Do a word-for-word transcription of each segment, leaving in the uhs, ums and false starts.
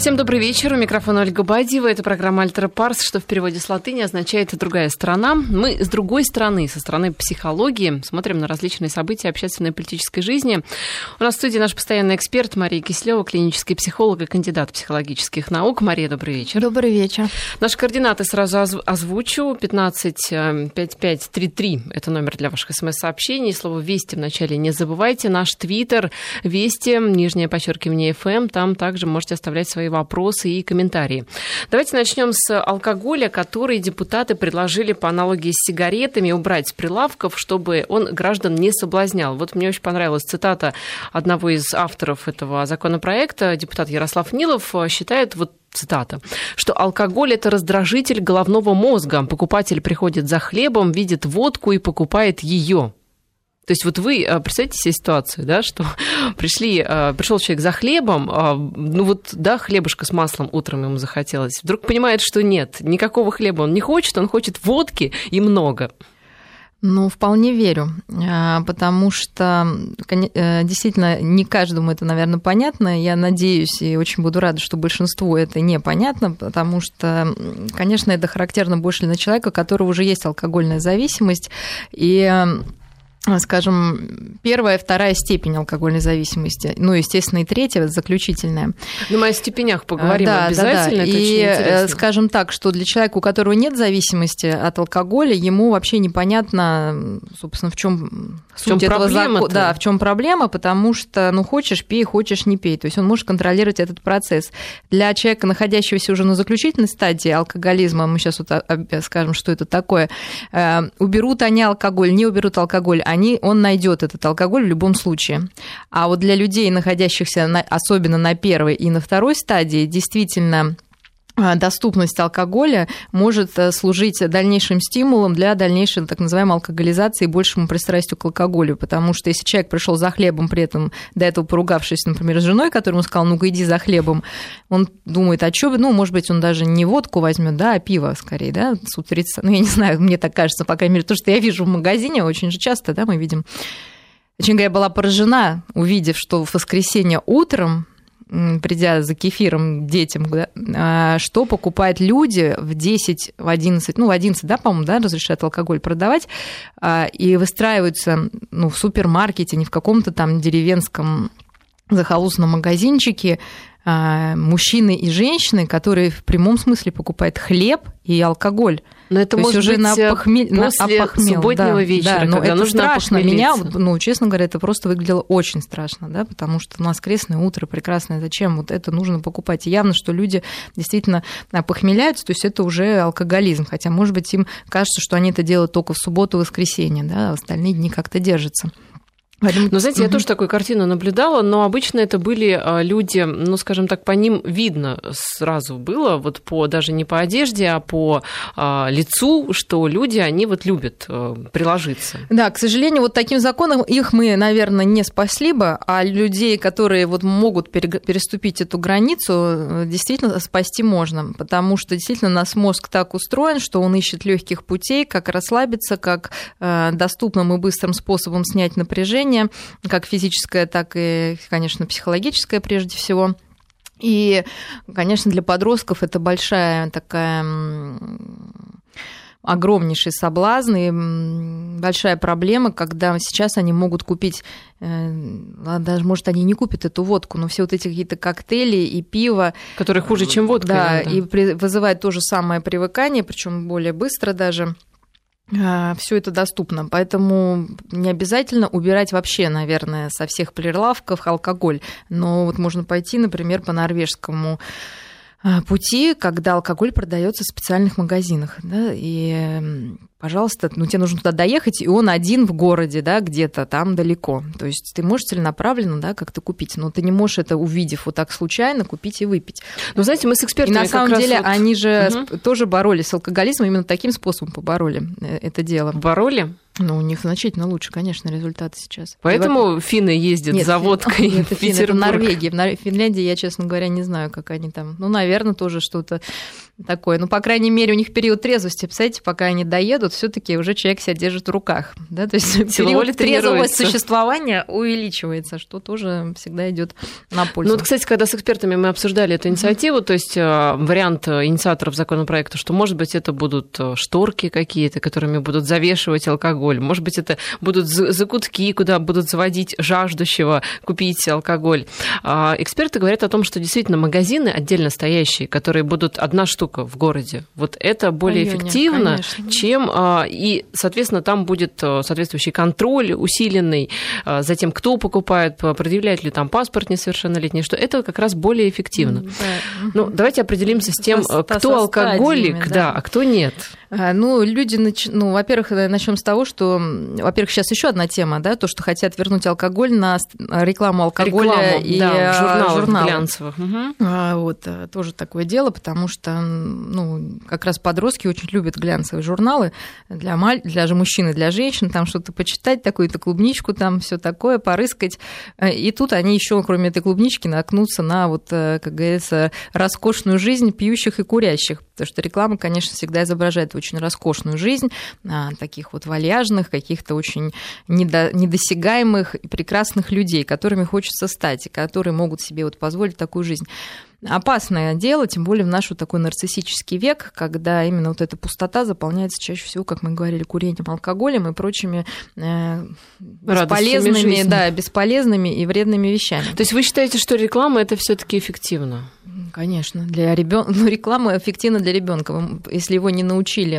Всем добрый вечер. У микрофона Ольга Бадьева. Это программа «Альтера Парс», что в переводе с латыни означает «другая сторона». Мы с другой стороны, со стороны психологии, смотрим на различные события общественной и политической жизни. У нас в студии наш постоянный эксперт Мария Кислева, клинический психолог и кандидат психологических наук. Мария, добрый вечер. Добрый вечер. Наши координаты сразу озвучу. пятнадцать пятьдесят пять тридцать три – это номер для ваших смс-сообщений. Слово «Вести» вначале не забывайте. Наш твиттер «Вести», нижнее подчеркивание эф эм. Там также можете оставлять свои вопросы и комментарии. Давайте начнем с алкоголя, который депутаты предложили по аналогии с сигаретами убрать с прилавков, чтобы он граждан не соблазнял. Вот мне очень понравилась цитата одного из авторов этого законопроекта. Депутат Ярослав Нилов считает, вот цитата, что алкоголь – это раздражитель головного мозга. Покупатель приходит за хлебом, видит водку и покупает ее. То есть вот вы представьте себе ситуацию, да, что пришли, пришел человек за хлебом, ну вот, да, хлебушка с маслом утром ему захотелось, вдруг понимает, что нет, никакого хлеба он не хочет, он хочет водки и много. Ну, вполне верю, потому что действительно не каждому это, наверное, понятно. Я надеюсь и очень буду рада, что большинству это непонятно, потому что, конечно, это характерно больше для человека, у которого уже есть алкогольная зависимость, и... скажем, первая, вторая степень алкогольной зависимости, ну, естественно, и третья, заключительная. Ну, мы о степенях поговорим да, обязательно, да, да. Это и, очень интересно. Скажем так, что для человека, у которого нет зависимости от алкоголя, ему вообще непонятно, собственно, в чем суть этого закона. Да, в чем проблема, потому что, ну, хочешь пей, хочешь не пей. То есть он может контролировать этот процесс. Для человека, находящегося уже на заключительной стадии алкоголизма, мы сейчас вот скажем, что это такое, уберут они алкоголь, не уберут алкоголь, они, он найдет этот алкоголь в любом случае. А вот для людей, находящихся на, особенно на первой и на второй стадии, действительно доступность алкоголя может служить дальнейшим стимулом для дальнейшей так называемой алкоголизации и большему пристрастию к алкоголю, потому что если человек пришел за хлебом, при этом до этого поругавшись, например, с женой, которая ему сказала, ну-ка иди за хлебом, он думает, а что, ну, может быть, он даже не водку возьмет, да, а пиво скорее, да, с утрица, ну, я не знаю, мне так кажется, по крайней мере, то, что я вижу в магазине, очень же часто, да, мы видим. Честно говоря, я была поражена, увидев, что в воскресенье утром, придя за кефиром детям, да, что покупают люди в десять, в одиннадцать, ну, в одиннадцать, да, по-моему, да, разрешают алкоголь продавать, и выстраиваются, ну, в супермаркете, не в каком-то там деревенском захолустном магазинчике, мужчины и женщины, которые в прямом смысле покупают хлеб и алкоголь. Но это то может уже быть на похмель... после на субботнего да, вечера, да, но когда это нужно страшно. похмелиться. Меня, ну, честно говоря, это просто выглядело очень страшно, да, потому что на воскресное утро прекрасное, зачем вот это нужно покупать? И явно, что люди действительно похмеляются, то есть это уже алкоголизм, хотя, может быть, им кажется, что они это делают только в субботу и воскресенье, да, а в остальные дни как-то держатся. Но, знаете, я тоже такую картину наблюдала, но обычно это были люди, ну, скажем так, по ним видно сразу было, вот по даже не по одежде, а по а, лицу, что люди, они вот любят а, приложиться. Да, к сожалению, вот таким законом их мы, наверное, не спасли бы, а людей, которые вот могут переступить эту границу, действительно спасти можно, потому что действительно наш мозг так устроен, что он ищет легких путей, как расслабиться, как доступным и быстрым способом снять напряжение, как физическое, так и, конечно, психологическое прежде всего. И, конечно, для подростков это большая такая огромнейший соблазн и большая проблема, когда сейчас они могут купить, даже, может, они не купят эту водку, но все вот эти какие-то коктейли и пиво, которые хуже, чем водка. Да, и вызывает то же самое привыкание, причем более быстро даже. Все это доступно, поэтому не обязательно убирать вообще, наверное, со всех прилавков алкоголь, но вот можно пойти, например, по норвежскому пути, когда алкоголь продается в специальных магазинах, да, и, пожалуйста, ну, тебе нужно туда доехать, и он один в городе, да, где-то там далеко, то есть ты можешь целенаправленно, да, как-то купить, но ты не можешь это, увидев вот так случайно, купить и выпить. Ну, знаете, мы с экспертами и на самом деле вот... они же угу. тоже боролись с алкоголизмом, именно таким способом побороли это дело. Бороли? Ну, у них значительно лучше, конечно, результаты сейчас. Поэтому и, финны ездят нет, за водкой нет, в Петербург. Это Норвегия. В Финляндии я, честно говоря, не знаю, как они там. Ну, наверное, тоже что-то такое. Ну, по крайней мере, у них период трезвости, представляете, пока они доедут, все-таки уже человек себя держит в руках. Да? То есть период трезвого существования увеличивается, что тоже всегда идет на пользу. Ну, вот, кстати, когда с экспертами мы обсуждали эту инициативу, mm-hmm. то есть вариант инициаторов законопроекта, что, может быть, это будут шторки какие-то, которыми будут завешивать алкоголь. Может быть, это будут закутки, куда будут заводить жаждущего купить алкоголь. Эксперты говорят о том, что действительно магазины отдельно стоящие, которые будут одна штука в городе, вот это более районе, эффективно, конечно. Чем... И, соответственно, там будет соответствующий контроль усиленный за тем, кто покупает, предъявляет ли там паспорт несовершеннолетний, что это как раз более эффективно. Да. Ну, давайте определимся с тем, со, кто со алкоголик, да. Да, а кто нет. Ну, люди, нач... ну, во-первых, начнем с того, что, во-первых, сейчас еще одна тема, да, то, что хотят вернуть алкоголь на рекламу алкоголя рекламу, и да, журналов, журналов глянцевых. Угу. Вот, тоже такое дело, потому что, ну, как раз подростки очень любят глянцевые журналы для, маль... для же мужчин и для женщин, там что-то почитать, такую-то клубничку, там все такое, порыскать. И тут они еще, кроме этой клубнички, наткнутся на, вот, как говорится, роскошную жизнь пьющих и курящих, потому что реклама, конечно, всегда изображает очень роскошную жизнь, таких вот вальяжных, каких-то очень недо, недосягаемых и прекрасных людей, которыми хочется стать, и которые могут себе вот позволить такую жизнь. Опасное дело, тем более в наш вот такой нарциссический век, когда именно вот эта пустота заполняется чаще всего, как мы говорили, курением, алкоголем и прочими э, бесполезными, да, бесполезными и вредными вещами. То есть вы считаете, что реклама это все-таки эффективно? Конечно, для ребенка, ну, реклама эффективна для ребенка, если его не научили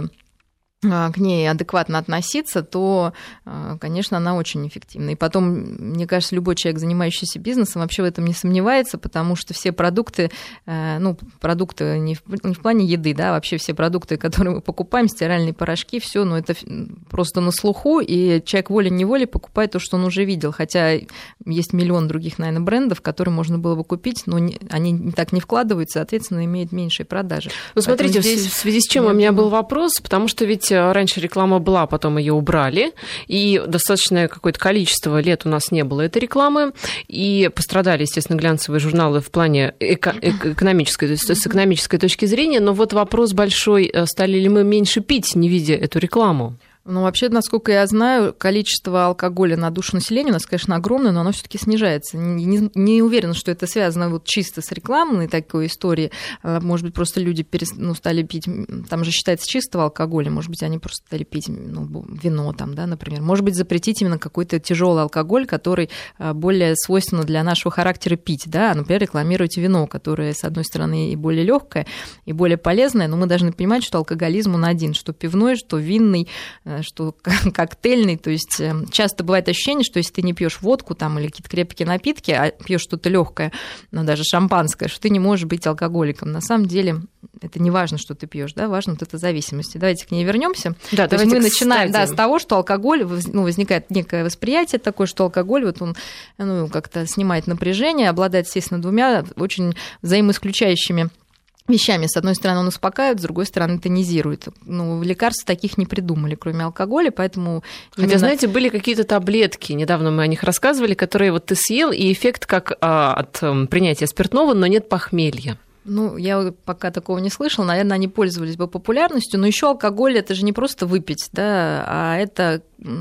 к ней адекватно относиться, то, конечно, она очень эффективна. И потом, мне кажется, любой человек, занимающийся бизнесом, вообще в этом не сомневается, потому что все продукты, ну, продукты не в, не в плане еды, да, вообще все продукты, которые мы покупаем, стиральные порошки, все, ну, это просто на слуху, и человек волей-неволей покупает то, что он уже видел, хотя есть миллион других, наверное, брендов, которые можно было бы купить, но они так не вкладываются, соответственно, имеют меньшие продажи. Ну, смотрите, здесь... в связи с чем у меня был вопрос, потому что ведь раньше реклама была, потом ее убрали, и достаточное какое-то количество лет у нас не было этой рекламы, и пострадали, естественно, глянцевые журналы в плане эко- экономической, то есть с экономической точки зрения, но вот вопрос большой, стали ли мы меньше пить, не видя эту рекламу? Ну, вообще, насколько я знаю, количество алкоголя на душу населения у нас, конечно, огромное, но оно все-таки снижается. Не, не, не уверена, что это связано вот чисто с рекламной такой историей. Может быть, просто люди перес... ну, стали пить, там же считается чистого алкоголя, может быть, они просто стали пить, ну, вино там, да, например. Может быть, запретить именно какой-то тяжелый алкоголь, который более свойственно для нашего характера пить, да, например, рекламировать вино, которое, с одной стороны, и более легкое, и более полезное, но мы должны понимать, что алкоголизм он один, что пивной, что винный, что коктейльный, то есть часто бывает ощущение, что если ты не пьешь водку там, или какие-то крепкие напитки, а пьешь что-то легкое, ну, даже шампанское, что ты не можешь быть алкоголиком. На самом деле это не важно, что ты пьешь, да, важно вот эта зависимость. Давайте к ней вернемся. Да, то есть мы начинаем, да, с того, что алкоголь, ну, возникает некое восприятие такое, что алкоголь вот он, ну, как-то снимает напряжение, обладает, естественно, двумя очень взаимоисключающими вещами. С одной стороны, он успокаивает, с другой стороны, тонизирует. Ну, лекарств таких не придумали, кроме алкоголя, поэтому... Хотя, именно... знаете, были какие-то таблетки, недавно мы о них рассказывали, которые вот ты съел, и эффект как а, от а, принятия спиртного, но нет похмелья. Ну, я пока такого не слышала, наверное, они пользовались бы популярностью, но еще алкоголь – это же не просто выпить, да, а это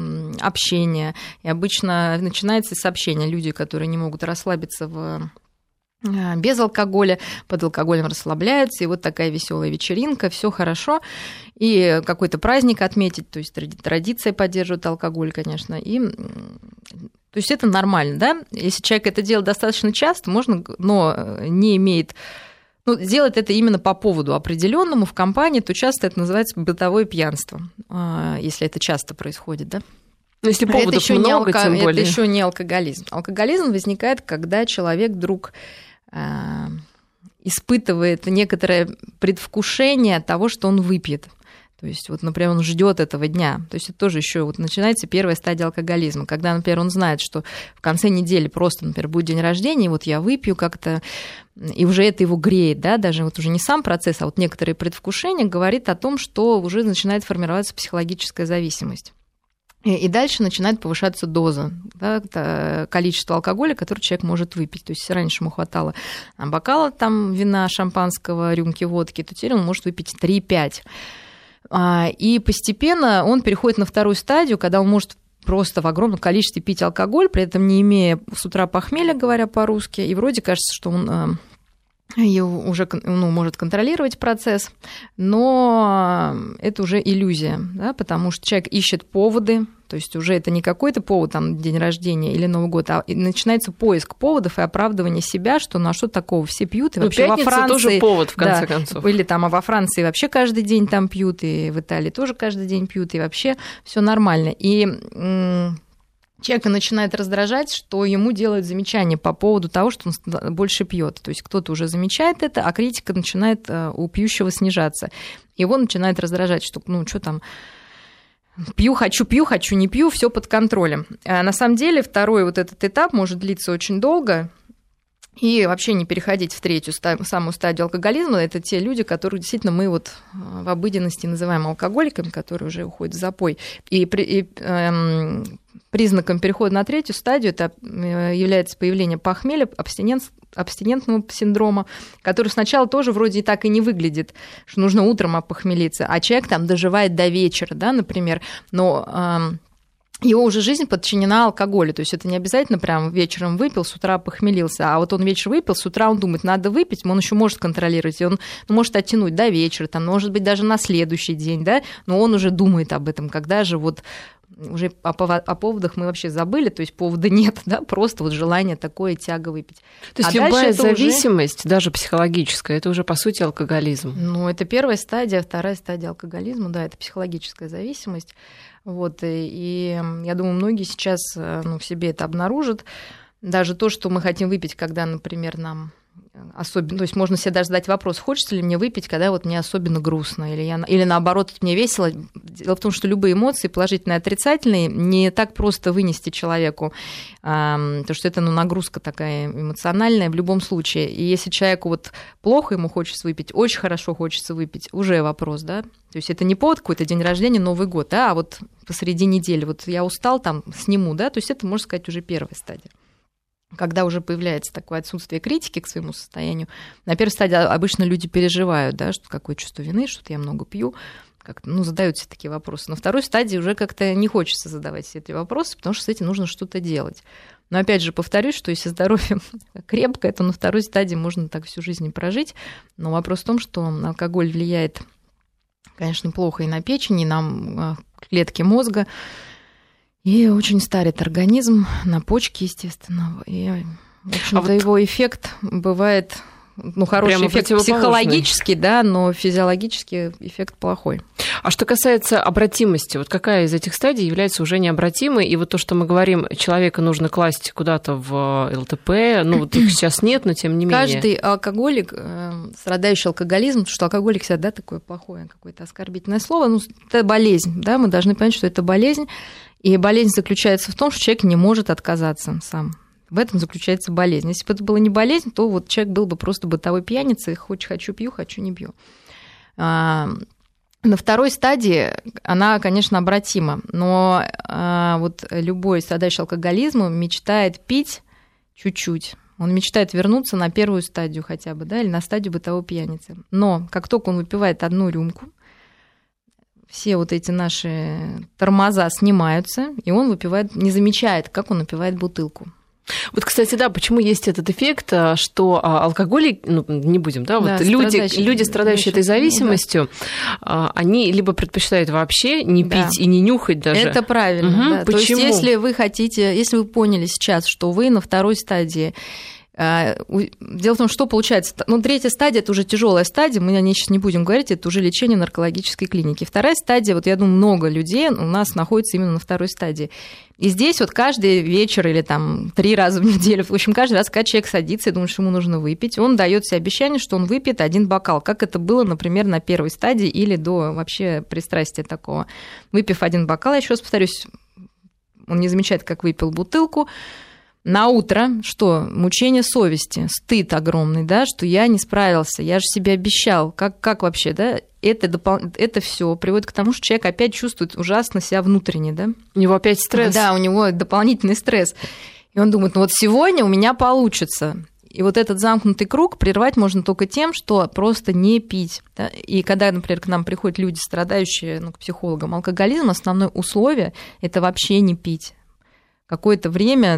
общение. И обычно начинается с общения. Люди, которые не могут расслабиться в... без алкоголя, под алкоголем расслабляются, и вот такая веселая вечеринка, все хорошо, и какой-то праздник отметить, то есть традиция поддерживает алкоголь, конечно, и... То есть это нормально, да? Если человек это делает достаточно часто, можно, но не имеет... Ну, делать это именно по поводу определенному в компании, то часто это называется бытовое пьянство, если это часто происходит, да? Но если поводов это много, алко... тем более. Это еще не алкоголизм. Алкоголизм возникает, когда человек вдруг э, испытывает некоторое предвкушение того, что он выпьет. То есть, вот, например, он ждет этого дня. То есть это тоже еще вот начинается первая стадия алкоголизма, когда, например, он знает, что в конце недели просто, например, будет день рождения, и вот я выпью как-то, и уже это его греет, да, даже вот уже не сам процесс, а вот некоторые предвкушения говорит о том, что уже начинает формироваться психологическая зависимость. И дальше начинает повышаться доза, да, количество алкоголя, которое человек может выпить. То есть если раньше ему хватало бокала там, вина, шампанского, рюмки водки, то теперь он может выпить три-пять. И постепенно он переходит на вторую стадию, когда он может просто в огромном количестве пить алкоголь, при этом не имея с утра похмелья, говоря по-русски, и вроде кажется, что он и уже ну, может контролировать процесс, но это уже иллюзия, да, потому что человек ищет поводы, то есть уже это не какой-то повод, там, день рождения или Новый год, а начинается поиск поводов и оправдывание себя, что ну а что такого, все пьют, и ну, вообще во Франции... тоже повод, в конце да, концов. Или там, а во Франции вообще каждый день там пьют, и в Италии тоже каждый день пьют, и вообще все нормально. И человека начинает раздражать, что ему делают замечания по поводу того, что он больше пьет. То есть кто-то уже замечает это, а критика начинает у пьющего снижаться. Его начинает раздражать, что ну что там, пью, хочу, пью, хочу, не пью, все под контролем. А на самом деле второй вот этот этап может длиться очень долго. И вообще не переходить в третью, самую стадию алкоголизма, это те люди, которые действительно мы вот в обыденности называем алкоголиками, которые уже уходят в запой. И, при, и эм, признаком перехода на третью стадию это является появление похмелья, абстинент, абстинентного синдрома, который сначала тоже вроде и так и не выглядит, что нужно утром опохмелиться, а человек там доживает до вечера, да, например, но... Эм, его уже жизнь подчинена алкоголю, то есть это не обязательно прям вечером выпил, с утра похмелился, а вот он вечер выпил, с утра он думает, надо выпить, он еще может контролировать, и он ну, может оттянуть до вечера, там, может быть, даже на следующий день, да, но он уже думает об этом, когда же вот уже о, о поводах мы вообще забыли, то есть повода нет, да, просто вот желание такое, тяга выпить. То есть а любая зависимость, уже... даже психологическая, это уже, по сути, алкоголизм. Ну, это первая стадия, вторая стадия алкоголизма, да, это психологическая зависимость. Вот, и, и я думаю, многие сейчас ну, в себе это обнаружат. Даже то, что мы хотим выпить, когда, например, нам особенно... То есть можно себе даже задать вопрос, хочется ли мне выпить, когда вот мне особенно грустно, или, я, или наоборот, мне весело. Дело в том, что любые эмоции, положительные и отрицательные, не так просто вынести человеку, потому что это ну, нагрузка такая эмоциональная в любом случае. И если человеку вот плохо ему хочется выпить, очень хорошо хочется выпить, уже вопрос, да? То есть это не повод какой-то день рождения, Новый год, да, а вот посреди недели, вот я устал, там, сниму, да, то есть это, можно сказать, уже первая стадия. Когда уже появляется такое отсутствие критики к своему состоянию, на первой стадии обычно люди переживают, да, что какое чувство вины, что-то я много пью, как-то, ну, задают себе такие вопросы. На второй стадии уже как-то не хочется задавать себе эти вопросы, потому что с этим нужно что-то делать. Но опять же повторюсь, что если здоровье крепкое, то на второй стадии можно так всю жизнь прожить. Но вопрос в том, что алкоголь влияет, конечно, плохо и на печень, и на клетки мозга. И очень старит организм, на почки, естественно. И, в общем-то, а вот его эффект бывает, ну, хороший эффект психологический, да, но физиологический эффект плохой. А что касается обратимости, вот какая из этих стадий является уже необратимой? И вот то, что мы говорим, человека нужно класть куда-то в ЛТП, ну, вот их сейчас нет, но тем не менее. Каждый алкоголик, страдающий алкоголизмом, потому что алкоголик всегда такое плохое, какое-то оскорбительное слово, ну, это болезнь, да, мы должны понять, что это болезнь. И болезнь заключается в том, что человек не может отказаться сам. В этом заключается болезнь. Если бы это была не болезнь, то вот человек был бы просто бытовой пьяницей, хоть хочу пью, хочу не пью. На второй стадии она, конечно, обратима, но вот любой страдающий алкоголизмом мечтает пить чуть-чуть. Он мечтает вернуться на первую стадию хотя бы, да, или на стадию бытовой пьяницы. Но как только он выпивает одну рюмку, все вот эти наши тормоза снимаются, и он выпивает, не замечает, как он выпивает бутылку. Вот, кстати, да, почему есть этот эффект, что алкоголики, ну, не будем, да, вот да, люди, страдающие, люди, страдающие этой зависимостью, да. Они либо предпочитают вообще не пить да. и не нюхать даже. Это правильно, угу. да. Почему? То есть, если вы хотите, если вы поняли сейчас, что вы на второй стадии, дело в том, что получается, ну, третья стадия – это уже тяжелая стадия, мы о ней сейчас не будем говорить, это уже лечение в наркологической клинике. Вторая стадия, вот я думаю, много людей у нас находится именно на второй стадии. И здесь вот каждый вечер или там три раза в неделю, в общем, каждый раз, когда человек садится и думает, что ему нужно выпить, он дает себе обещание, что он выпьет один бокал, как это было, например, на первой стадии или до вообще пристрастия такого. Выпив один бокал, я еще раз повторюсь, он не замечает, как выпил бутылку, На утро что? Мучение совести, стыд огромный, да, что я не справился, я же себе обещал. Как, как вообще, да? Это, допол... это все приводит к тому, что человек опять чувствует ужасно себя внутренне, да? У него опять стресс. Да, у него дополнительный стресс. И он думает, ну вот сегодня у меня получится. И вот этот замкнутый круг прервать можно только тем, что просто не пить. Да? И когда, например, к нам приходят люди, страдающие, ну, к психологам, алкоголизм, основное условие – это вообще не пить. Какое-то время,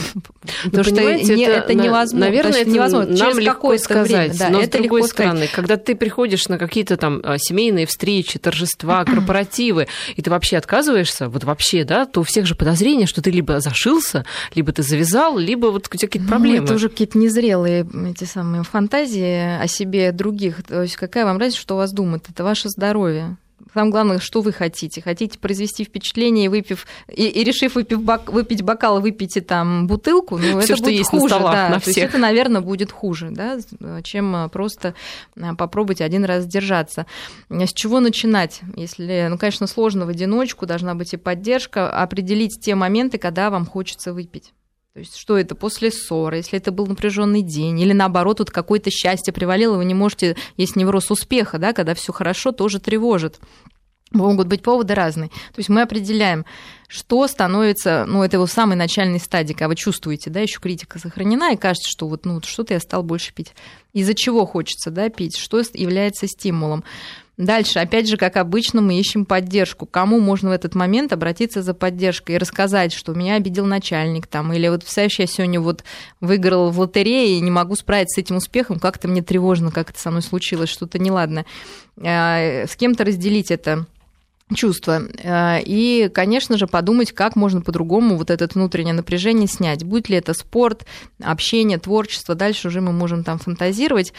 то, что не, это, это невозможно. Наверное, это невозможно. Нам Через легко сказать, да, но это с другой стороны, сказать. Когда ты приходишь на какие-то там семейные встречи, торжества, корпоративы, и ты вообще отказываешься, вот вообще, да, то у всех же подозрение, что ты либо зашился, либо ты завязал, либо вот у тебя какие-то проблемы. Ну, это уже какие-то незрелые эти самые фантазии о себе других. То есть какая вам разница, что у вас думают? Это ваше здоровье. Самое главное, что вы хотите. Хотите произвести впечатление, выпив, и, и решив выпив бок, выпить бокал, выпейте там бутылку, ну, Всё, это что будет есть хуже. На столах, да. на То всех. есть это, наверное, будет хуже, да, чем просто попробовать один раз сдержаться. С чего начинать? Если, ну, конечно, сложно в одиночку, должна быть и поддержка, определить те моменты, когда вам хочется выпить. То есть что это после ссоры, если это был напряженный день, или наоборот, вот какое-то счастье привалило, вы не можете, есть невроз успеха, да, когда все хорошо, тоже тревожит. Могут быть поводы разные. То есть мы определяем, что становится, ну, это его самой начальной стадии, когда вы чувствуете, да, еще критика сохранена, и кажется, что вот, ну, что-то я стал больше пить. Из-за чего хочется, да, пить, что является стимулом. Дальше, опять же, как обычно, мы ищем поддержку. Кому можно в этот момент обратиться за поддержкой и рассказать, что меня обидел начальник, там, или вот, представляешь, я сегодня вот выиграла в лотерее и не могу справиться с этим успехом, как-то мне тревожно, как это со мной случилось, что-то неладно. С кем-то разделить это чувства. И, конечно же, подумать, как можно по-другому вот это внутреннее напряжение снять. Будет ли это спорт, общение, творчество, дальше уже мы можем там фантазировать.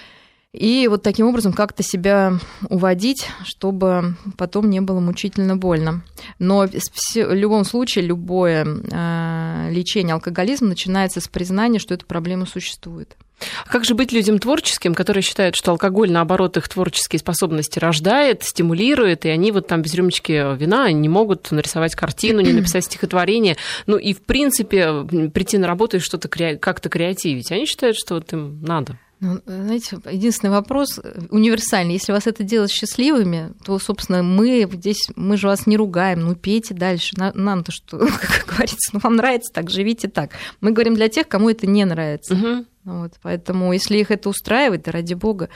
И вот таким образом как-то себя уводить, чтобы потом не было мучительно больно. Но в любом случае любое лечение алкоголизма начинается с признания, что эта проблема существует. А как же быть людям творческим, которые считают, что алкоголь, наоборот, их творческие способности рождает, стимулирует, и они вот там без рюмочки вина не могут нарисовать картину, не написать стихотворение, ну и, в принципе, прийти на работу и что-то как-то креативить. Они считают, что вот им надо. Ну, знаете, единственный вопрос универсальный. Если вас это делает счастливыми, то, собственно, мы здесь, мы же вас не ругаем, ну, пейте дальше. Нам-то что, как говорится, ну, вам нравится так, живите так. Мы говорим для тех, кому это не нравится. Угу. Вот, поэтому, если их это устраивает, то ради бога,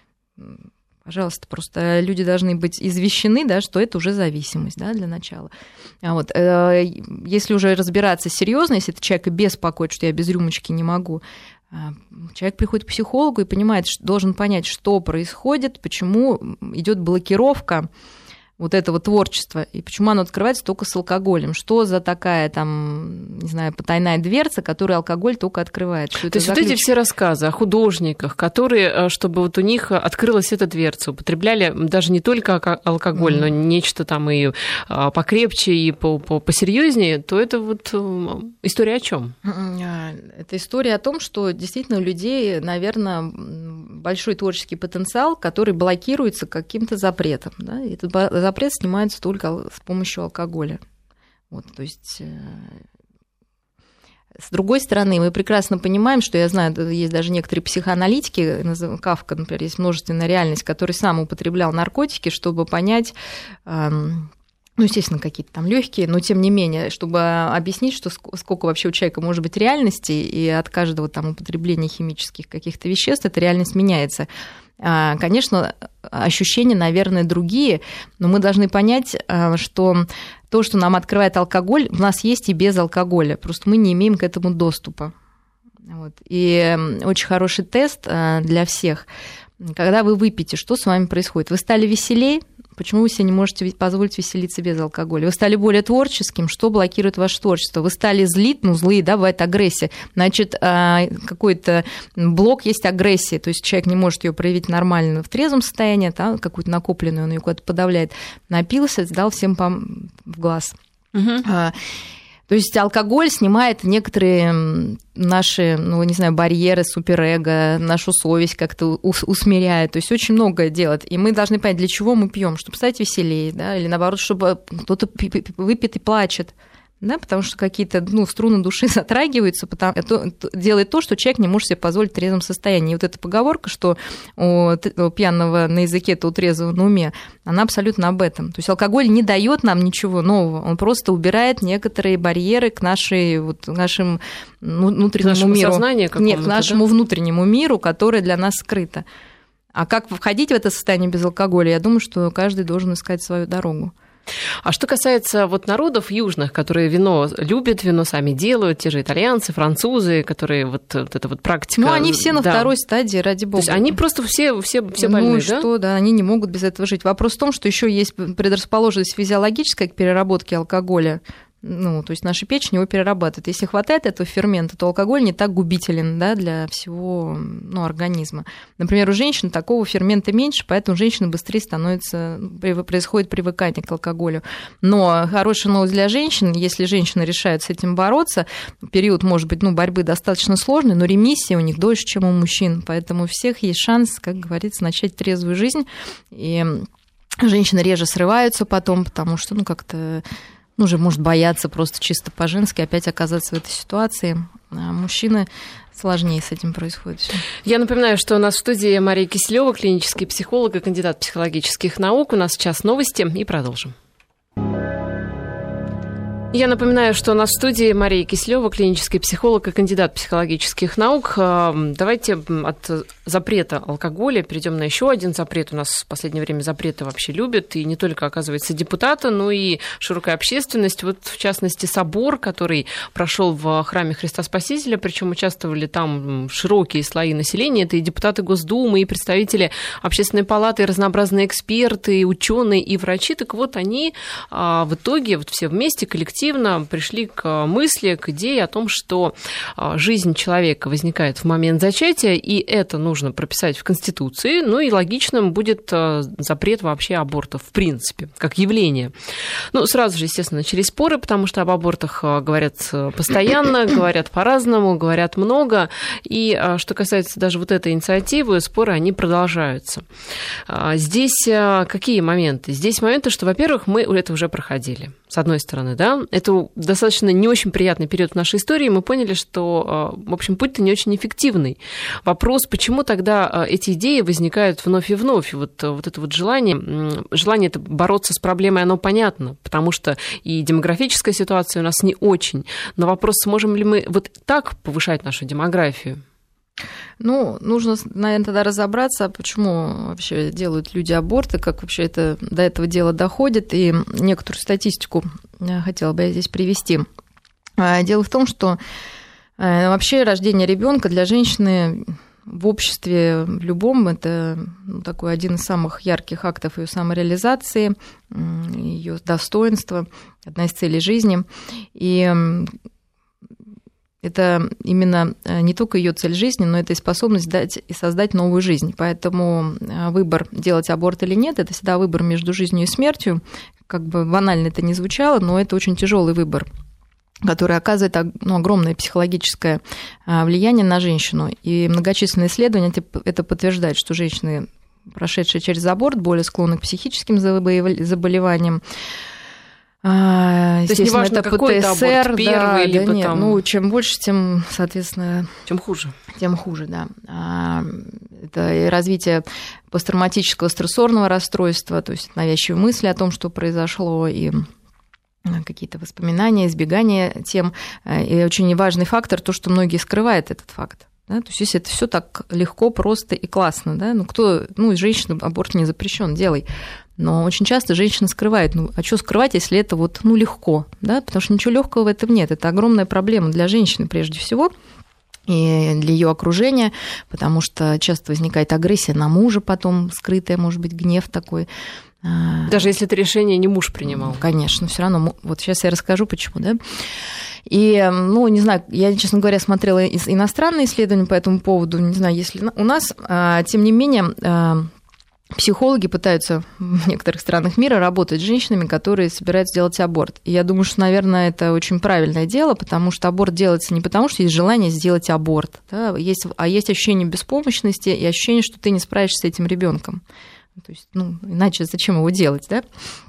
пожалуйста, просто люди должны быть извещены, да, что это уже зависимость, да, для начала. А вот, если уже разбираться серьезно, если это человек беспокоит, что я без рюмочки не могу, человек приходит к психологу и понимает, должен понять, что происходит, почему идет блокировка вот этого творчества, и почему оно открывается только с алкоголем. Что за такая, там, не знаю, потайная дверца, которую алкоголь только открывает? Что То есть вот эти все рассказы о художниках, которые, чтобы вот у них открылась эта дверца, употребляли даже не только алкоголь, mm-hmm. но нечто там и покрепче, и посерьезнее, то это вот история о чем? Это история о том, что действительно у людей, наверное, большой творческий потенциал, который блокируется каким-то запретом. Да? И этот запрет снимается только с помощью алкоголя. Вот, то есть, с другой стороны, мы прекрасно понимаем, что я знаю, есть даже некоторые психоаналитики, Кафка, например, есть множественная реальность, который сам употреблял наркотики, чтобы понять, ну, естественно, какие-то там легкие, но тем не менее, чтобы объяснить, что сколько вообще у человека может быть реальности, и от каждого там употребления химических каких-то веществ эта реальность меняется. Конечно, ощущения, наверное, другие, но мы должны понять, что то, что нам открывает алкоголь, у нас есть и без алкоголя, просто мы не имеем к этому доступа. Вот. И очень хороший тест для всех. Когда вы выпьете, что с вами происходит? Вы стали веселее? Почему вы себе не можете позволить веселиться без алкоголя? Вы стали более творческим, что блокирует ваше творчество? Вы стали злить, ну, злые, да, бывает агрессия. Значит, какой-то блок есть агрессия, то есть человек не может ее проявить нормально в трезвом состоянии, да, какую-то накопленную, он ее куда-то подавляет. Напился, дал всем в глаз. Угу. То есть алкоголь снимает некоторые наши, ну, не знаю, барьеры, суперэго, нашу совесть как-то усмиряет. То есть очень многое делает. И мы должны понять, для чего мы пьем, чтобы стать веселее, да, или наоборот, чтобы кто-то выпьет и плачет. Да, потому что какие-то ну, струны души затрагиваются, потому, это делает то, что человек не может себе позволить в трезвом состоянии. И вот эта поговорка, что у, у пьяного на языке, то у трезвого на уме, она абсолютно об этом. То есть алкоголь не дает нам ничего нового, он просто убирает некоторые барьеры к нашей, вот, нашему внутреннему к миру. Сознанию Нет, к нашему да? внутреннему миру, которое для нас скрыто. А как входить в это состояние без алкоголя, я думаю, что каждый должен искать свою дорогу. А что касается вот народов южных, которые вино любят, вино сами делают, те же итальянцы, французы, которые вот, вот эта вот практика... Ну, они все на да. второй стадии, ради бога. То есть они просто все, все, все больные, ну, да? Ну, что, да, они не могут без этого жить. Вопрос в том, что еще есть предрасположенность физиологическая к переработке алкоголя. Ну, то есть наша печень его перерабатывает. Если хватает этого фермента, то алкоголь не так губителен, да, для всего ну, организма. Например, у женщин такого фермента меньше, поэтому у женщины быстрее становится, происходит привыкание к алкоголю. Но хорошая новость для женщин, если женщины решают с этим бороться, период, может быть, ну, борьбы достаточно сложный, но ремиссия у них дольше, чем у мужчин. Поэтому у всех есть шанс, как говорится, начать трезвую жизнь. И женщины реже срываются потом, потому что, ну, как-то... Ну, уже может бояться просто чисто по-женски опять оказаться в этой ситуации. А мужчины сложнее с этим происходит всё. Я напоминаю, что у нас в студии Мария Киселева, клинический психолог и кандидат психологических наук. У нас сейчас новости и продолжим. Я напоминаю, что у нас в студии Мария Киселева, клинический психолог и кандидат психологических наук. Давайте от запрета алкоголя перейдем на еще один запрет. У нас в последнее время запреты вообще любят, и не только, оказывается, депутаты, но и широкая общественность. Вот, в частности, собор, который прошел в храме Христа Спасителя, причем участвовали там широкие слои населения. Это и депутаты Госдумы, и представители Общественной палаты, и разнообразные эксперты, и ученые, и врачи. Так вот, они в итоге вот все вместе, коллективно, пришли к мысли, к идее о том, что жизнь человека возникает в момент зачатия, и это нужно прописать в Конституции, ну и логичным будет запрет вообще абортов, в принципе, как явление. Ну, сразу же, естественно, начались споры, потому что об абортах говорят постоянно, говорят по-разному, говорят много, и что касается даже вот этой инициативы, споры, они продолжаются. Здесь какие моменты? Здесь моменты, что, во-первых, мы это уже проходили, с одной стороны, да, это достаточно не очень приятный период в нашей истории, мы поняли, что, в общем, путь-то не очень эффективный. Вопрос, почему тогда эти идеи возникают вновь и вновь? Вот, вот это вот желание, желание это бороться с проблемой, оно понятно, потому что и демографическая ситуация у нас не очень. Но вопрос, сможем ли мы вот так повышать нашу демографию? Ну, нужно, наверное, тогда разобраться, почему вообще делают люди аборты, как вообще это, до этого дела доходит, и некоторую статистику хотела бы я здесь привести. Дело в том, что вообще рождение ребенка для женщины в обществе в любом это ну, такой один из самых ярких актов ее самореализации, ее достоинства, одна из целей жизни. И это именно не только ее цель жизни, но это и способность дать и создать новую жизнь. Поэтому выбор, делать аборт или нет, это всегда выбор между жизнью и смертью. Как бы банально это ни звучало, но это очень тяжелый выбор, который оказывает ну, огромное психологическое влияние на женщину. И многочисленные исследования это подтверждают, что женщины, прошедшие через аборт, более склонны к психическим заболеваниям. То есть неважно, это какой это аборт, первый, да, либо да, нет, там... Ну, чем больше, тем, соответственно... Тем хуже. Тем хуже, да. Это и развитие посттравматического стрессорного расстройства, то есть навязчивые мысли о том, что произошло, и какие-то воспоминания, избегание тем. И очень важный фактор, то, что многие скрывают этот факт. Да? То есть, если это все так легко, просто и классно, да, ну, кто, ну, женщина, аборт не запрещен, делай. Но очень часто женщина скрывает. Ну, а что скрывать, если это вот, ну, легко, да? Потому что ничего легкого в этом нет. Это огромная проблема для женщины прежде всего и для ее окружения, потому что часто возникает агрессия на мужа потом, скрытая, может быть, гнев такой. Даже если это решение не муж принимал. Конечно, все равно. Вот сейчас я расскажу, почему, да. И, ну, не знаю, я, честно говоря, смотрела иностранные исследования по этому поводу. Не знаю, если у нас, тем не менее, психологи пытаются в некоторых странах мира работать с женщинами, которые собираются делать аборт. И я думаю, что, наверное, это очень правильное дело, потому что аборт делается не потому, что есть желание сделать аборт, да, есть, а есть ощущение беспомощности и ощущение, что ты не справишься с этим ребенком. То есть, ну, иначе зачем его делать, да?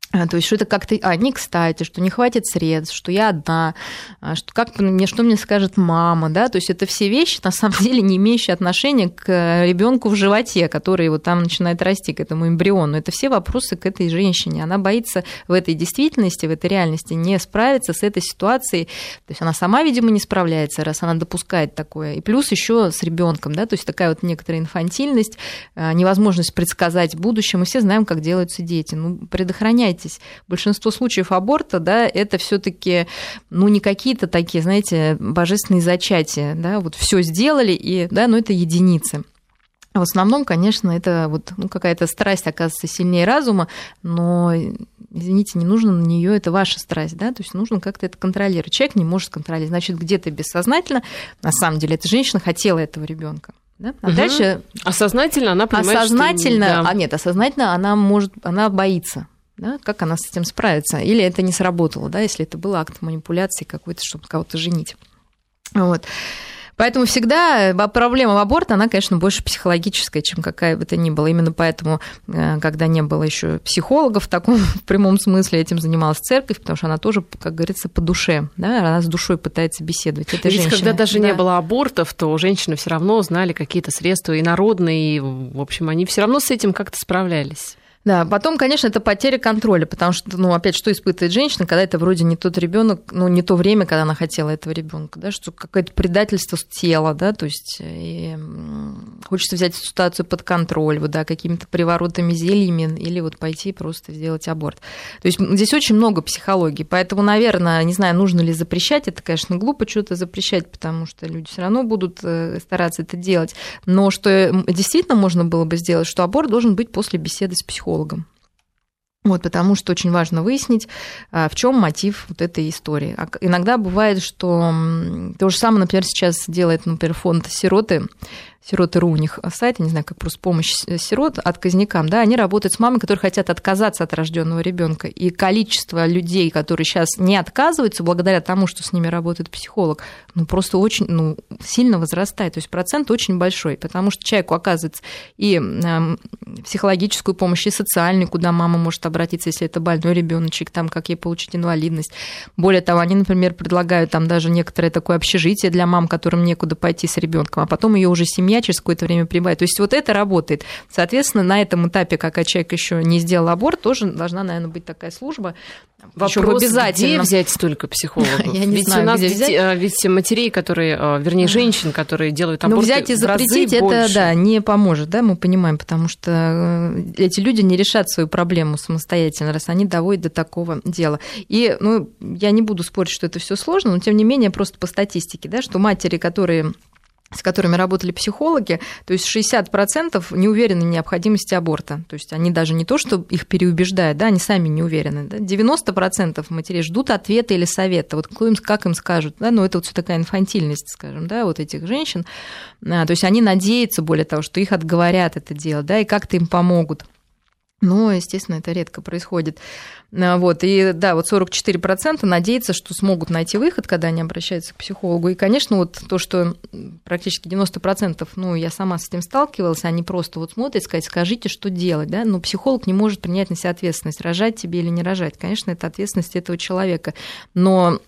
То есть, что это как-то, а, не кстати, что не хватит средств, что я одна, что, как мне, что мне скажет мама, да, то есть это все вещи, на самом деле, не имеющие отношения к ребенку в животе, который вот там начинает расти, к этому эмбриону. Это все вопросы к этой женщине. Она боится в этой действительности, в этой реальности не справиться с этой ситуацией. То есть она сама, видимо, не справляется, раз она допускает такое. И плюс еще с ребенком, да, то есть такая вот некоторая инфантильность, невозможность предсказать будущее. Мы все знаем, как делаются дети. Ну, предохраняйте. Большинство случаев аборта, да, это все-таки, ну, не какие-то такие, знаете, божественные зачатия, да, вот все сделали, и, да, но это единицы. В основном, конечно, это вот, ну, какая-то страсть оказывается сильнее разума, но, извините, не нужно на нее, это ваша страсть, да, то есть нужно как-то это контролировать. Человек не может контролировать, значит, где-то бессознательно, на самом деле, эта женщина хотела этого ребенка. Да? А угу. дальше... Осознательно она понимает, осознательно, что... Да. А нет, осознательно она может, она боится. Да, как она с этим справится? Или это не сработало, да, если это был акт манипуляции какой-то, чтобы кого-то женить. Вот. Поэтому всегда проблема аборта, она, конечно, больше психологическая, чем какая бы то ни была. Именно поэтому, когда не было еще психологов в таком в прямом смысле, этим занималась церковь, потому что она тоже, как говорится, по душе, да, она с душой пытается беседовать. Это Ведь женщина. Когда даже да. не было абортов, то женщины все равно знали какие-то средства и народные, и, в общем, они все равно с этим как-то справлялись. Да, потом, конечно, это потеря контроля, потому что, ну, опять, что испытывает женщина, когда это вроде не тот ребенок, ну, не то время, когда она хотела этого ребенка, да, что какое-то предательство тела, да, то есть и хочется взять эту ситуацию под контроль, вот, да, какими-то приворотами, зельями, или вот пойти просто сделать аборт. То есть здесь очень много психологии, поэтому, наверное, не знаю, нужно ли запрещать, это, конечно, глупо что-то запрещать, потому что люди все равно будут стараться это делать, но что действительно можно было бы сделать, что аборт должен быть после беседы с психологом. Вот, потому что очень важно выяснить, в чем мотив вот этой истории. Иногда бывает, что то же самое, например, сейчас делает, например, фонд «Сироты», Сироты.ру у них сайт, я не знаю, как просто помощь сирот отказникам, да, они работают с мамами, которые хотят отказаться от рожденного ребенка. И количество людей, которые сейчас не отказываются благодаря тому, что с ними работает психолог, ну, просто очень, ну, сильно возрастает. То есть процент очень большой, потому что человеку оказывается и психологическую помощь, и социальную, куда мама может обратиться, если это больной ребеночек, там, как ей получить инвалидность. Более того, они, например, предлагают там даже некоторое такое общежитие для мам, которым некуда пойти с ребенком, а потом ее уже семья через какое-то время прибавит. То есть вот это работает. Соответственно, на этом этапе, пока человек еще не сделал аборт, тоже должна, наверное, быть такая служба. Вопрос, где взять столько психологов? Я не ведь знаю, у нас где детей, взять. Ведь матерей, которые, вернее, женщин, которые делают аборты, Но взять и запретить это, больше. Да, не поможет, да, мы понимаем, потому что эти люди не решат свою проблему самостоятельно, раз они доводят до такого дела. И, ну, я не буду спорить, что это все сложно, но тем не менее, просто по статистике, да, что матери, которые с которыми работали психологи, то есть шестьдесят процентов не уверены в необходимости аборта. То есть они даже не то, что их переубеждают, да, они сами не уверены. Да. девяносто процентов матерей ждут ответа или совета, вот как им скажут. Да, ну, это вот всё такая инфантильность, скажем, да, вот этих женщин. То есть они надеются, более того, что их отговорят это делать, да, и как-то им помогут. Но, естественно, это редко происходит. Вот. И да, вот сорок четыре процента надеются, что смогут найти выход, когда они обращаются к психологу. И, конечно, вот то, что практически девяносто процентов, ну, я сама с этим сталкивалась, они просто вот смотрят, сказать, скажите, что делать, да, но психолог не может принять на себя ответственность, рожать тебе или не рожать. Конечно, это ответственность этого человека. Но...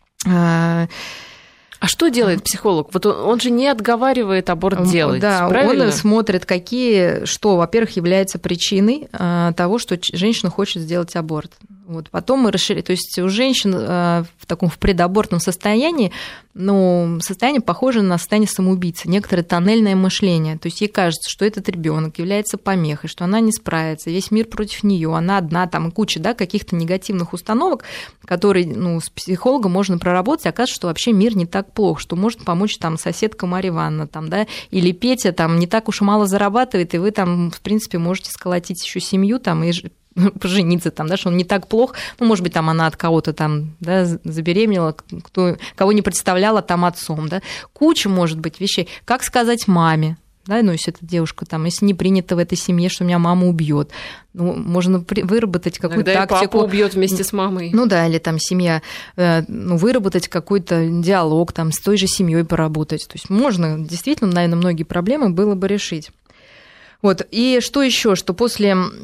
А что делает психолог? Вот он, он же не отговаривает аборт делать, да, правильно? Он смотрит, какие, что, во-первых, является причиной того, что женщина хочет сделать аборт. Вот. Потом мы расширяем, то есть у женщин в таком в предабортном состоянии, ну, состояние похоже на состояние самоубийцы, некоторое тоннельное мышление. То есть ей кажется, что этот ребенок является помехой, что она не справится, весь мир против нее, она одна, там и куча, да, каких-то негативных установок, которые, ну, с психологом можно проработать, оказывается, что вообще мир не так плох, что может помочь там соседка Марья Ивановна, там, да, или Петя там не так уж и мало зарабатывает, и вы там, в принципе, можете сколотить еще семью там и пожениться там, да, что он не так плох, ну, может быть, там она от кого-то там, да, забеременела, кто, кого не представляла там отцом, да, куча, может быть, вещей. Как сказать маме, да, ну, если эта девушка там, если не принято в этой семье, что меня мама убьет, ну, можно выработать какую-то Иногда тактику. Папа убьет вместе с мамой. Ну да, или там семья, ну, выработать какой-то диалог, там, с той же семьей поработать. То есть можно, действительно, наверное, многие проблемы было бы решить. Вот, и что еще, что после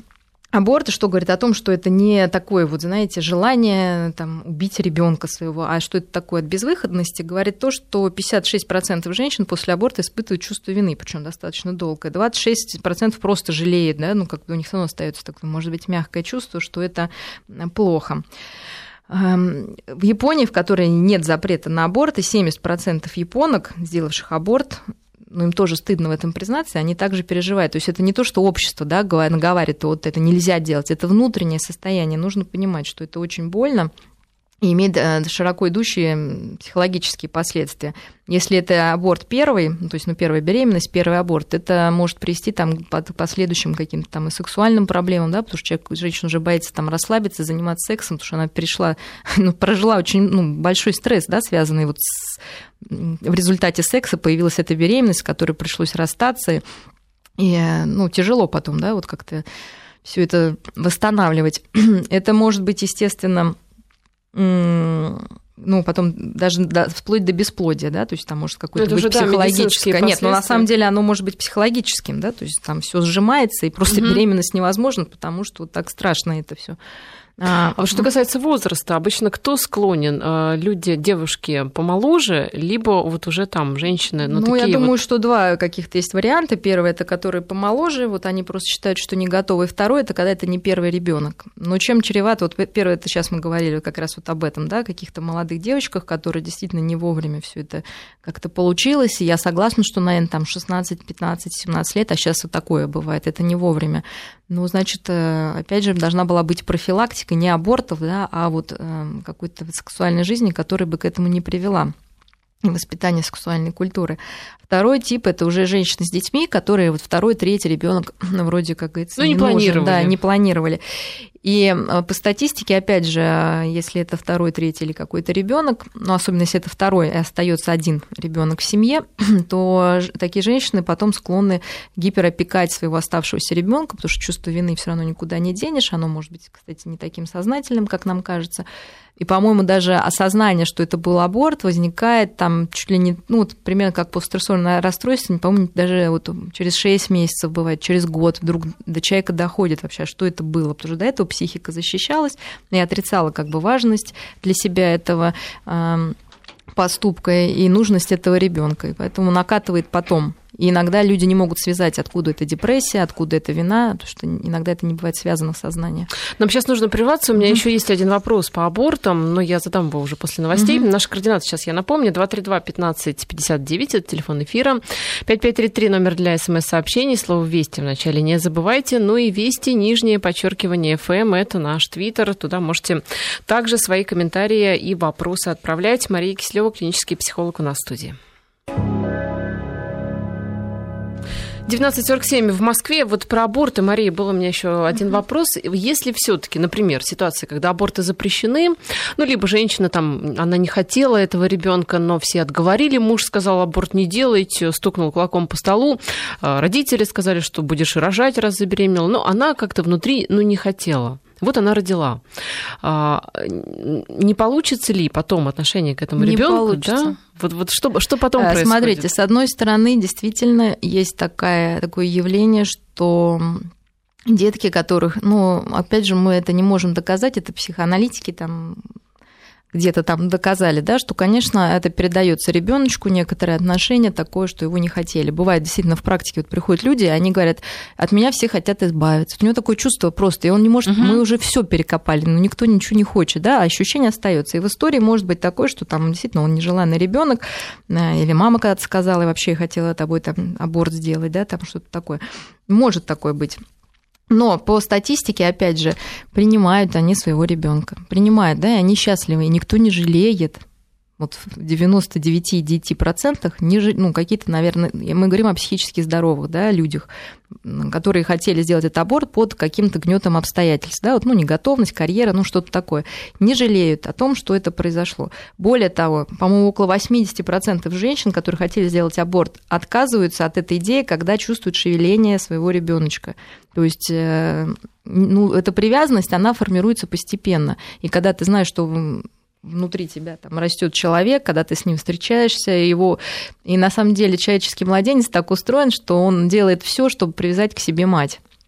Аборт, что говорит о том, что это не такое, вот, знаете, желание там, убить ребенка своего, а что это такое от безвыходности, говорит то, что пятьдесят шесть процентов женщин после аборта испытывают чувство вины, причем достаточно долго, и двадцать шесть процентов просто жалеют, да, ну, как бы у них все равно остается такое, может быть, мягкое чувство, что это плохо. В Японии, в которой нет запрета на аборты, семьдесят процентов японок, сделавших аборт, ну, им тоже стыдно в этом признаться, они также переживают. То есть это не то, что общество, да, наговаривает, вот это нельзя делать, это внутреннее состояние. Нужно понимать, что это очень больно и имеет широко идущие психологические последствия. Если это аборт первый, ну, то есть ну, первая беременность, первый аборт, это может привести там, к последующим каким-то там и сексуальным проблемам, да, потому что человек, женщина уже боится там расслабиться, заниматься сексом, потому что она перешла, ну, прожила очень ну, большой стресс, да, связанный вот с... В результате секса появилась эта беременность, с которой пришлось расстаться, и ну, тяжело потом, да, вот как-то все это восстанавливать. Это может быть, естественно, ну, потом даже да, вплоть до бесплодия, да, то есть там может какое-то быть психологическое. Да, нет, но на самом деле оно может быть психологическим, да, то есть там все сжимается, и просто угу. беременность невозможна, потому что вот так страшно это все. А, а вот что касается возраста, обычно кто склонен? Люди, девушки помоложе, либо вот уже там женщины? Ну, ну я думаю, вот... что два каких-то есть варианта. Первый – это которые помоложе, вот они просто считают, что не готовы. И второй – это когда это не первый ребенок. Но чем чревато? Вот первое, это сейчас мы говорили как раз вот об этом, да, каких-то молодых девочках, которые действительно не вовремя все это как-то получилось. И я согласна, что, наверное, там шестнадцать, пятнадцать, семнадцать лет, а сейчас вот такое бывает, это не вовремя. Ну, значит, опять же, должна была быть профилактика не абортов, да, а вот какой-то сексуальной жизни, которая бы к этому не привела, воспитание сексуальной культуры. Второй тип – это уже женщины с детьми, которые вот второй, третий ребенок вроде, как говорится, ну, не, не планировали. Нужен, да, не планировали. И по статистике, опять же, если это второй, третий или какой-то ребенок, ну, особенно если это второй и остается один ребенок в семье, то такие женщины потом склонны гиперопекать своего оставшегося ребенка, потому что чувство вины все равно никуда не денешь, оно может быть, кстати, не таким сознательным, как нам кажется. И, по-моему, даже осознание, что это был аборт, возникает там чуть ли не, ну, вот примерно как постстрессорное расстройство, по-моему, даже вот через шесть месяцев бывает, через год вдруг до человека доходит вообще, что это было, потому что до этого психика защищалась и отрицала как бы важность для себя этого э, поступка и нужность этого ребенка, и поэтому накатывает потом. И иногда люди не могут связать, откуда это депрессия, откуда это вина, потому что иногда это не бывает связано в сознании. Нам сейчас нужно прерваться. У меня mm-hmm. еще есть один вопрос по абортам, но я задам его уже после новостей. Mm-hmm. Наши координаты сейчас я напомню. два три два пятнадцать пятьдесят девять, это телефон эфира. пять пять три три, номер для смс-сообщений. Слово «Вести» вначале не забывайте. Ну и «Вести», нижнее подчеркивание эф эм, это наш твиттер. Туда можете также свои комментарии и вопросы отправлять. Мария Киселева, клинический психолог, у нас в студии. девятнадцать сорок семь в Москве. Вот про аборты, Мария, был у меня еще один mm-hmm. вопрос. Если все-таки, например, ситуация, когда аборты запрещены, ну, либо женщина там, она не хотела этого ребенка, но все отговорили, муж сказал, аборт не делайте, стукнул кулаком по столу, родители сказали, что будешь рожать, раз забеременела, но она как-то внутри, ну, не хотела. Вот она родила. Не получится ли потом отношение к этому ребенку? Не получится. Да? Вот, вот что, что потом происходит? Смотрите, с одной стороны, действительно есть такая, такое явление, что детки, которых, ну, опять же, мы это не можем доказать, это психоаналитики там где-то там доказали, да, что, конечно, это передается ребеночку, некоторое отношение такое, что его не хотели. Бывает, действительно, в практике вот приходят люди, и они говорят, от меня все хотят избавиться. У него такое чувство просто, и он не может, угу. мы уже все перекопали, но никто ничего не хочет, да, а ощущение остается. И в истории может быть такое, что там действительно он нежеланный ребенок, или мама когда-то сказала, и вообще хотела тобой там аборт сделать, да, там что-то такое. Может такое быть. Но по статистике, опять же, принимают они своего ребенка. Принимают, да, и они счастливы, и никто не жалеет. Вот в девяносто девять целых девять десятых процента не, ну, какие-то, наверное, мы говорим о психически здоровых, да, людях, которые хотели сделать этот аборт под каким-то гнетом обстоятельств, да, вот, ну, неготовность, карьера, ну, что-то такое, не жалеют о том, что это произошло. Более того, по-моему, около восемьдесят процентов женщин, которые хотели сделать аборт, отказываются от этой идеи, когда чувствуют шевеление своего ребеночка. То есть, ну, эта привязанность, она формируется постепенно. И когда ты знаешь, что внутри тебя там растет человек, когда ты с ним встречаешься, его... и на самом деле человеческий младенец так устроен, что он делает все, чтобы привязать к себе мать.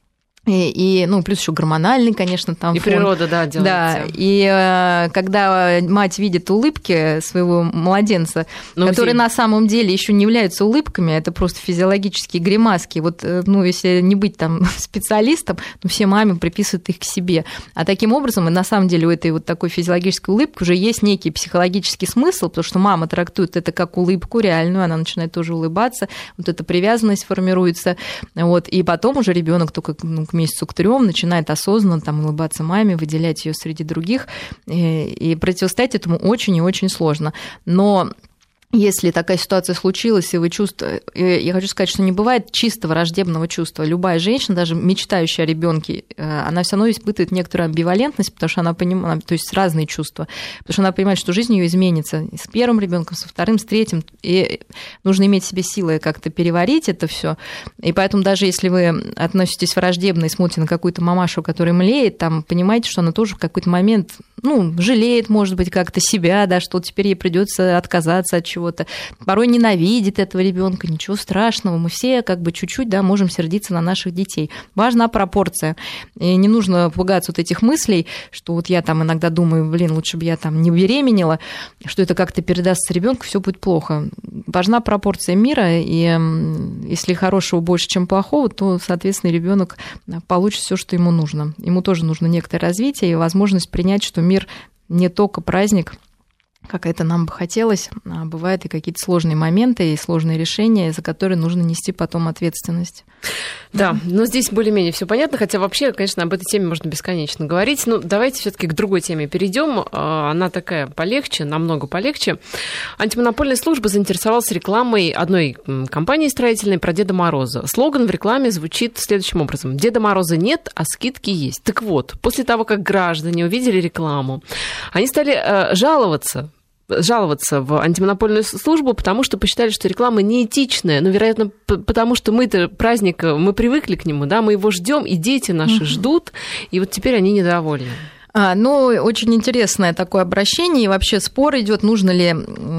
И, и, ну, плюс еще гормональный, конечно, там и фон. Природа, да, делает. Да, и э, когда мать видит улыбки своего младенца, ну, которые где? На самом деле еще не являются улыбками, это просто физиологические гримаски. Вот, ну, если не быть там специалистом, ну, все мамы приписывают их к себе. А таким образом, и на самом деле у этой вот такой физиологической улыбки уже есть некий психологический смысл, потому что мама трактует это как улыбку реальную, она начинает тоже улыбаться, вот эта привязанность формируется, вот, и потом уже ребенок только, ну, к месяцу, к трем начинает осознанно там улыбаться маме, выделять ее среди других, и, и противостоять этому очень и очень сложно. Но если такая ситуация случилась, и вы чувствуете... Я хочу сказать, что не бывает чисто враждебного чувства. Любая женщина, даже мечтающая о ребенке, она все равно испытывает некоторую амбивалентность, потому что она понимает, то есть разные чувства, потому что она понимает, что жизнь ее изменится с первым ребенком, со вторым, с третьим, и нужно иметь в себе силы как-то переварить это все. И поэтому даже если вы относитесь враждебно и смотрите на какую-то мамашу, которая млеет, там, понимаете, что она тоже в какой-то момент, ну, жалеет, может быть, как-то себя, да, что теперь ей придется отказаться от чего чего-то, порой ненавидит этого ребенка, ничего страшного, мы все как бы чуть-чуть, да, можем сердиться на наших детей. Важна пропорция, и не нужно пугаться вот этих мыслей, что вот я там иногда думаю, блин, лучше бы я там не беременела, что это как-то передастся ребенку, все будет плохо. Важна пропорция мира, и если хорошего больше, чем плохого, то, соответственно, ребенок получит все, что ему нужно. Ему тоже нужно некоторое развитие и возможность принять, что мир не только праздник, как это нам бы хотелось, а бывают и какие-то сложные моменты, и сложные решения, за которые нужно нести потом ответственность. Да, но здесь более-менее все понятно, хотя вообще, конечно, об этой теме можно бесконечно говорить. Но давайте все-таки к другой теме перейдем. Она такая полегче, намного полегче. Антимонопольная служба заинтересовалась рекламой одной компании строительной про Деда Мороза. Слоган в рекламе звучит следующим образом: Деда Мороза нет, а скидки есть. Так вот, после того, как граждане увидели рекламу, они стали жаловаться, жаловаться в антимонопольную службу, потому что посчитали, что реклама неэтичная. Но, вероятно, потому что мы-то праздник, мы привыкли к нему, да, мы его ждем, и дети наши ждут, и вот теперь они недовольны. А, ну, очень интересное такое обращение, и вообще спор идет, нужно ли,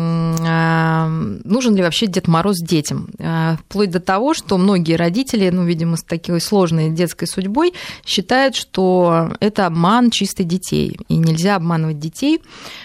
нужен ли вообще Дед Мороз детям. Вплоть до того, что многие родители, ну, видимо, с такой сложной детской судьбой, считают, что это обман чисто детей, и нельзя обманывать детей.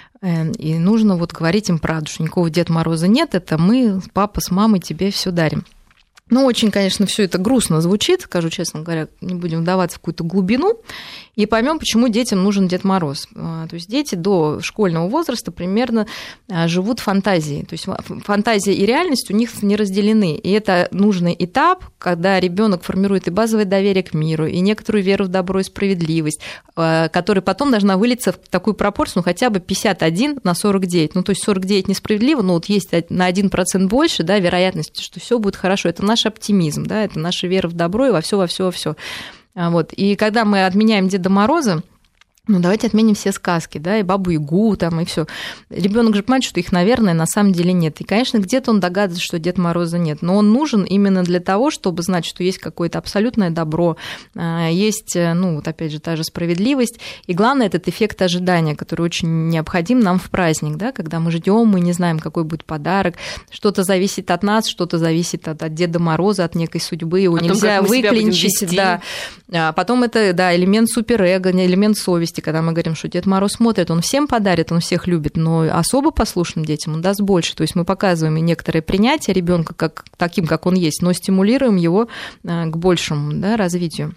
И нужно вот говорить им правду, что никакого Деда Мороза нет, это мы, папа с мамой тебе все дарим. Ну, очень, конечно, все это грустно звучит, скажу честно говоря, не будем вдаваться в какую-то глубину, и поймем, почему детям нужен Дед Мороз. То есть дети до школьного возраста примерно живут фантазией. То есть фантазия и реальность у них не разделены. И это нужный этап, когда ребенок формирует и базовое доверие к миру, и некоторую веру в добро и справедливость, которая потом должна вылиться в такую пропорцию, ну, хотя бы пятьдесят один на сорок девять. Ну, то есть сорок девять несправедливо, но вот есть на один процент больше, да, вероятность, что все будет хорошо. Это наш оптимизм, да, это наша вера в добро и во все, во все, во все. Вот. И когда мы отменяем Деда Мороза, ну, давайте отменим все сказки, да, и Бабу-Ягу там, и все. Ребенок же понимает, что их, наверное, на самом деле нет. И, конечно, где-то он догадывается, что Деда Мороза нет. Но он нужен именно для того, чтобы знать, что есть какое-то абсолютное добро, есть, ну, вот опять же, та же справедливость. И главное, этот эффект ожидания, который очень необходим нам в праздник, да, когда мы ждем, мы не знаем, какой будет подарок. Что-то зависит от нас, что-то зависит от, от Деда Мороза, от некой судьбы. Его нельзя выклинчить. Да. А потом это, да, элемент суперэго, элемент совести, когда мы говорим, что Дед Мороз смотрит, он всем подарит, он всех любит, но особо послушным детям он даст больше. То есть мы показываем и некоторое принятие ребенка как, таким, как он есть, но стимулируем его к большему, да, развитию.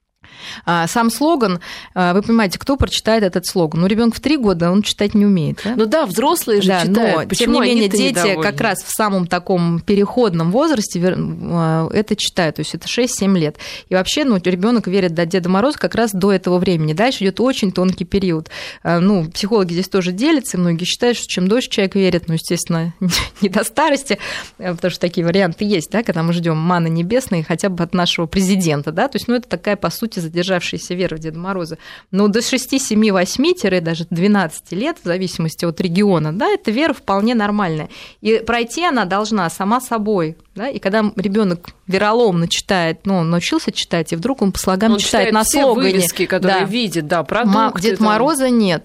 Сам слоган, вы понимаете, кто прочитает этот слоган? Ну, ребенок в три года, он читать не умеет. Да? Ну да, взрослые же да, читают. Но, почему тем не менее, дети недовольны? Как раз в самом таком переходном возрасте это читают, то есть это шесть-семь лет. И вообще, ну, ребенок верит до Деда Мороза как раз до этого времени. Дальше идет очень тонкий период. Ну, психологи здесь тоже делятся, и многие считают, что чем дольше человек верит, ну, естественно, не до старости, потому что такие варианты есть, да, когда мы ждем маны небесной хотя бы от нашего президента, да, то есть, ну, это такая, по сути, задержавшаяся вера в Деда Мороза. Но до шести, семи, восьми, даже двенадцати лет, в зависимости от региона, да, эта вера вполне нормальная. И пройти она должна сама собой. Да? И когда ребенок вероломно читает, ну, он научился читать, и вдруг он по слогам он читает, читает на все слогане. Вывески, которые да. видит, да, продукты. Деда Мороза нет.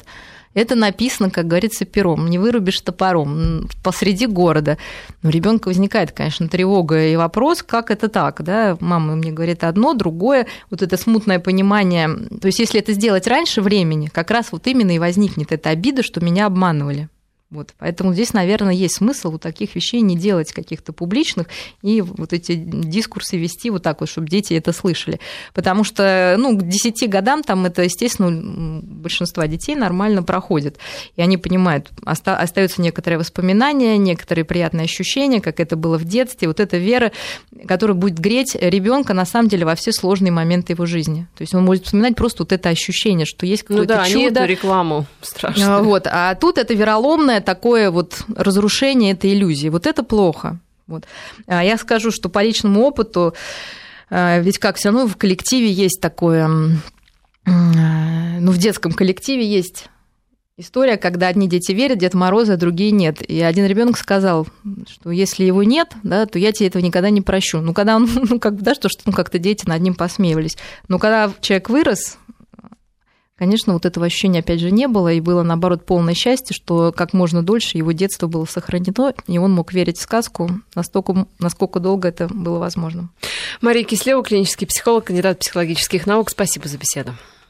Это написано, как говорится, пером. Не вырубишь топором посреди города. Но у ребенка возникает, конечно, тревога и вопрос, как это так, да? Мама мне говорит одно, другое. Вот это смутное понимание. То есть, если это сделать раньше времени, как раз вот именно и возникнет эта обида, что меня обманывали. Вот. Поэтому здесь, наверное, есть смысл вот таких вещей не делать каких-то публичных и вот эти дискурсы вести вот так вот, чтобы дети это слышали. Потому что, ну, к десяти годам там это, естественно, у большинства детей нормально проходит. И они понимают, оста- остаются некоторые воспоминания, некоторые приятные ощущения, как это было в детстве. Вот эта вера, которая будет греть ребенка на самом деле во все сложные моменты его жизни. То есть он может вспоминать просто вот это ощущение, что есть какое-то ну да, чудо. Ну да, не эту рекламу страшную. Вот. А тут это вероломное такое вот разрушение этой иллюзии. Вот это плохо. Вот. Я скажу, что по личному опыту, ведь как все равно в коллективе есть такое, ну, в детском коллективе есть история, когда одни дети верят в Деда Мороза, а другие нет. И один ребенок сказал, что если его нет, да, то я тебе этого никогда не прощу. Ну, когда он, ну, как бы, да, что, что ну, как-то дети над ним посмеивались. Но когда человек вырос, конечно, вот этого ощущения, опять же, не было, и было, наоборот, полное счастье, что как можно дольше его детство было сохранено, и он мог верить в сказку настолько, насколько долго это было возможно. Мария Кислева, клинический психолог, кандидат психологических наук. Спасибо за беседу.